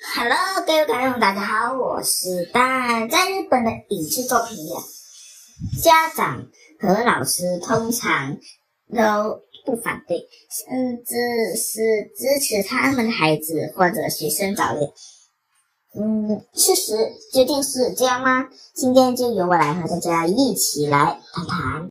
Hello， 各位观众，大家好，我是蛋。在日本的影视作品里，家长和老师通常都不反对，甚至是支持他们的孩子或者学生早恋。事实究竟是这样吗？今天就由我来和大家一起来谈谈。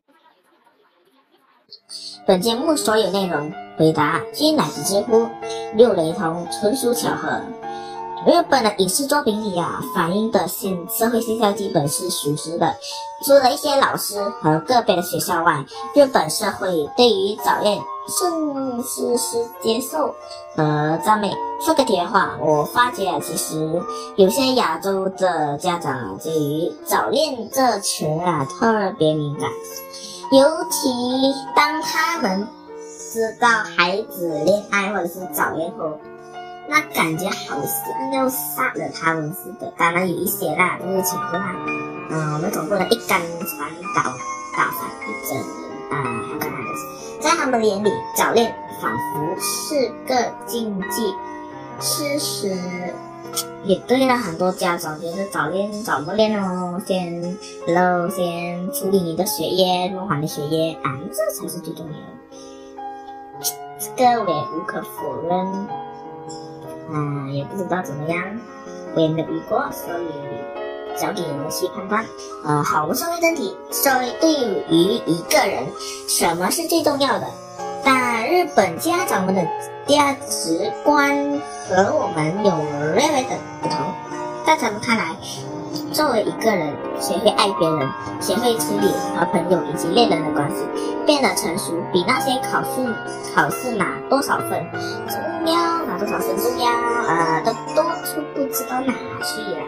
本节目所有内容回答均来自知乎，六雷同，纯属巧合。日本的影视作品里反映的社会现象基本是属实的。除了一些老师和个别的学校外，日本社会对于早恋甚至是接受和赞美。说个题外话，我发觉其实有些亚洲的家长对于早恋这词特别敏感，尤其当他们知道孩子恋爱或者是早恋后，那感觉好像要杀了他们似的。当然有一些就是情况我们总不能一竿船打翻一整人要干他的事。在他们眼里，早恋仿佛是个禁忌。事实也对了，很多家长觉得早恋早不恋哦，先处理你的学业，弄好你的学业这才是最重要的。这个我也无可否认。也不知道怎么样，我也没有遇过，所以交给你们去判断。好，我们说回正题。对于一个人，什么是最重要的？但日本家长们的价值观和我们有略微的不同。在他们看来，作为一个人，学会爱别人，学会处理和朋友以及恋人的关系，变得成熟，比那些考试拿多少分重要，拿多少分重要，都多出不知道哪去了。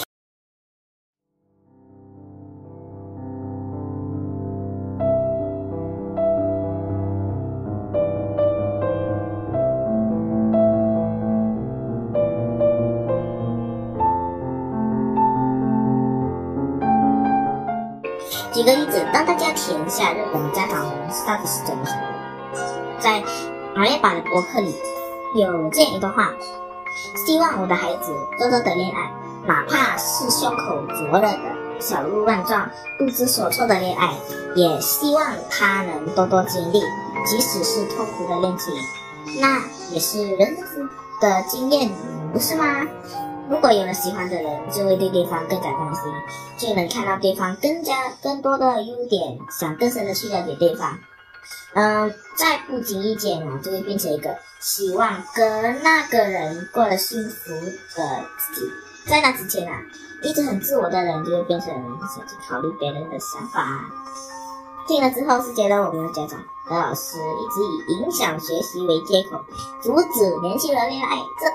举个例子，让大家体验一下日本家长们到底是怎么想的。在马列巴的博客里有这样一段话：希望我的孩子多多的恋爱，哪怕是胸口灼热的小鹿乱撞、不知所措的恋爱，也希望他能多多经历，即使是痛苦的恋情，那也是人生的经验，不是吗？如果有了喜欢的人，就会对对方更加关心，就能看到对方更多的优点，想更深的去了解对方。在不经意间就会变成一个希望跟那个人过得幸福的自己。在那之前一直很自我的人就会变成想去考虑别人的想法。听了之后是觉得我们的家长和老师一直以影响学习为借口，阻止年轻人恋爱，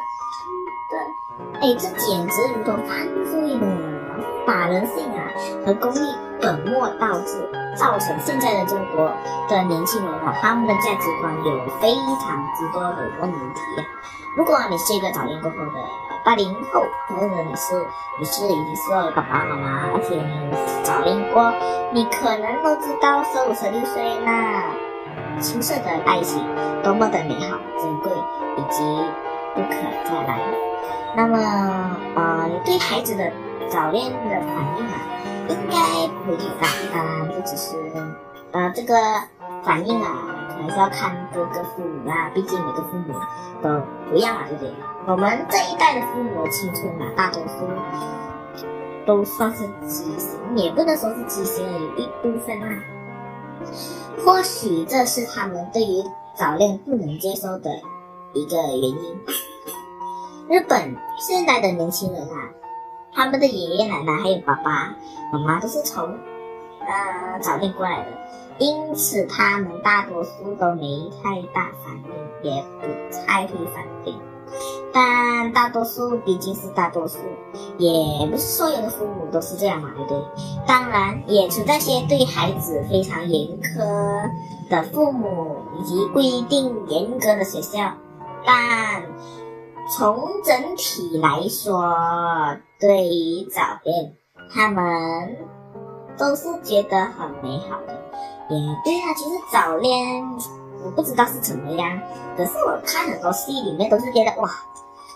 这简直如同犯罪呢！把人性和功利本末倒置，造成现在的中国的年轻人他们的价值观有非常之多的问题。如果你是一个早恋过后的80后，或者你是已经是爸爸妈妈，而且你早恋过，你可能都知道15、16岁那青涩的爱情多么的美好、珍贵以及不可再来。那么你对孩子的早恋的反应应该不会太大，不只是这个反应还是要看各个父母毕竟每个父母都不一样对不对？我们这一代的父母的青春大多数都算是畸形，也不能说是畸形的有一部分或许这是他们对于早恋不能接受的一个原因。日本现在的年轻人他们的爷爷奶奶还有爸爸妈妈都是从早恋过来的，因此他们大多数都没太大反应，也不太会反对。但大多数毕竟是大多数，也不是所有的父母都是这样对不对？当然也存在些对孩子非常严苛的父母以及规定严格的学校，但从整体来说，对于早恋他们都是觉得很美好的。也对其实早恋我不知道是怎么样，可是我看很多戏里面都是觉得哇，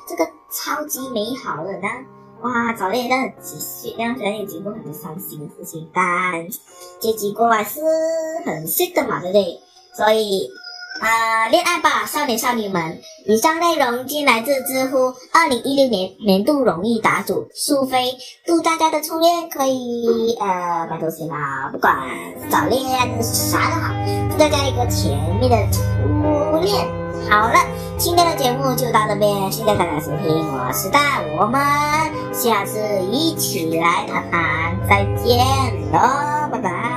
这个超级美好的呢。哇，早恋让人有经过很多伤心的事情，但结局过来是很顺的嘛，对不对？所以恋爱吧，少年少女们！以上内容均来自知乎2016年度荣誉答主苏菲，祝大家的初恋可以白头偕老，不管早恋啥都好，祝大家一个甜蜜的初恋。好了，今天的节目就到这边，谢谢大家收听，我是蛋，我们下次一起来谈谈，再见喽，拜拜。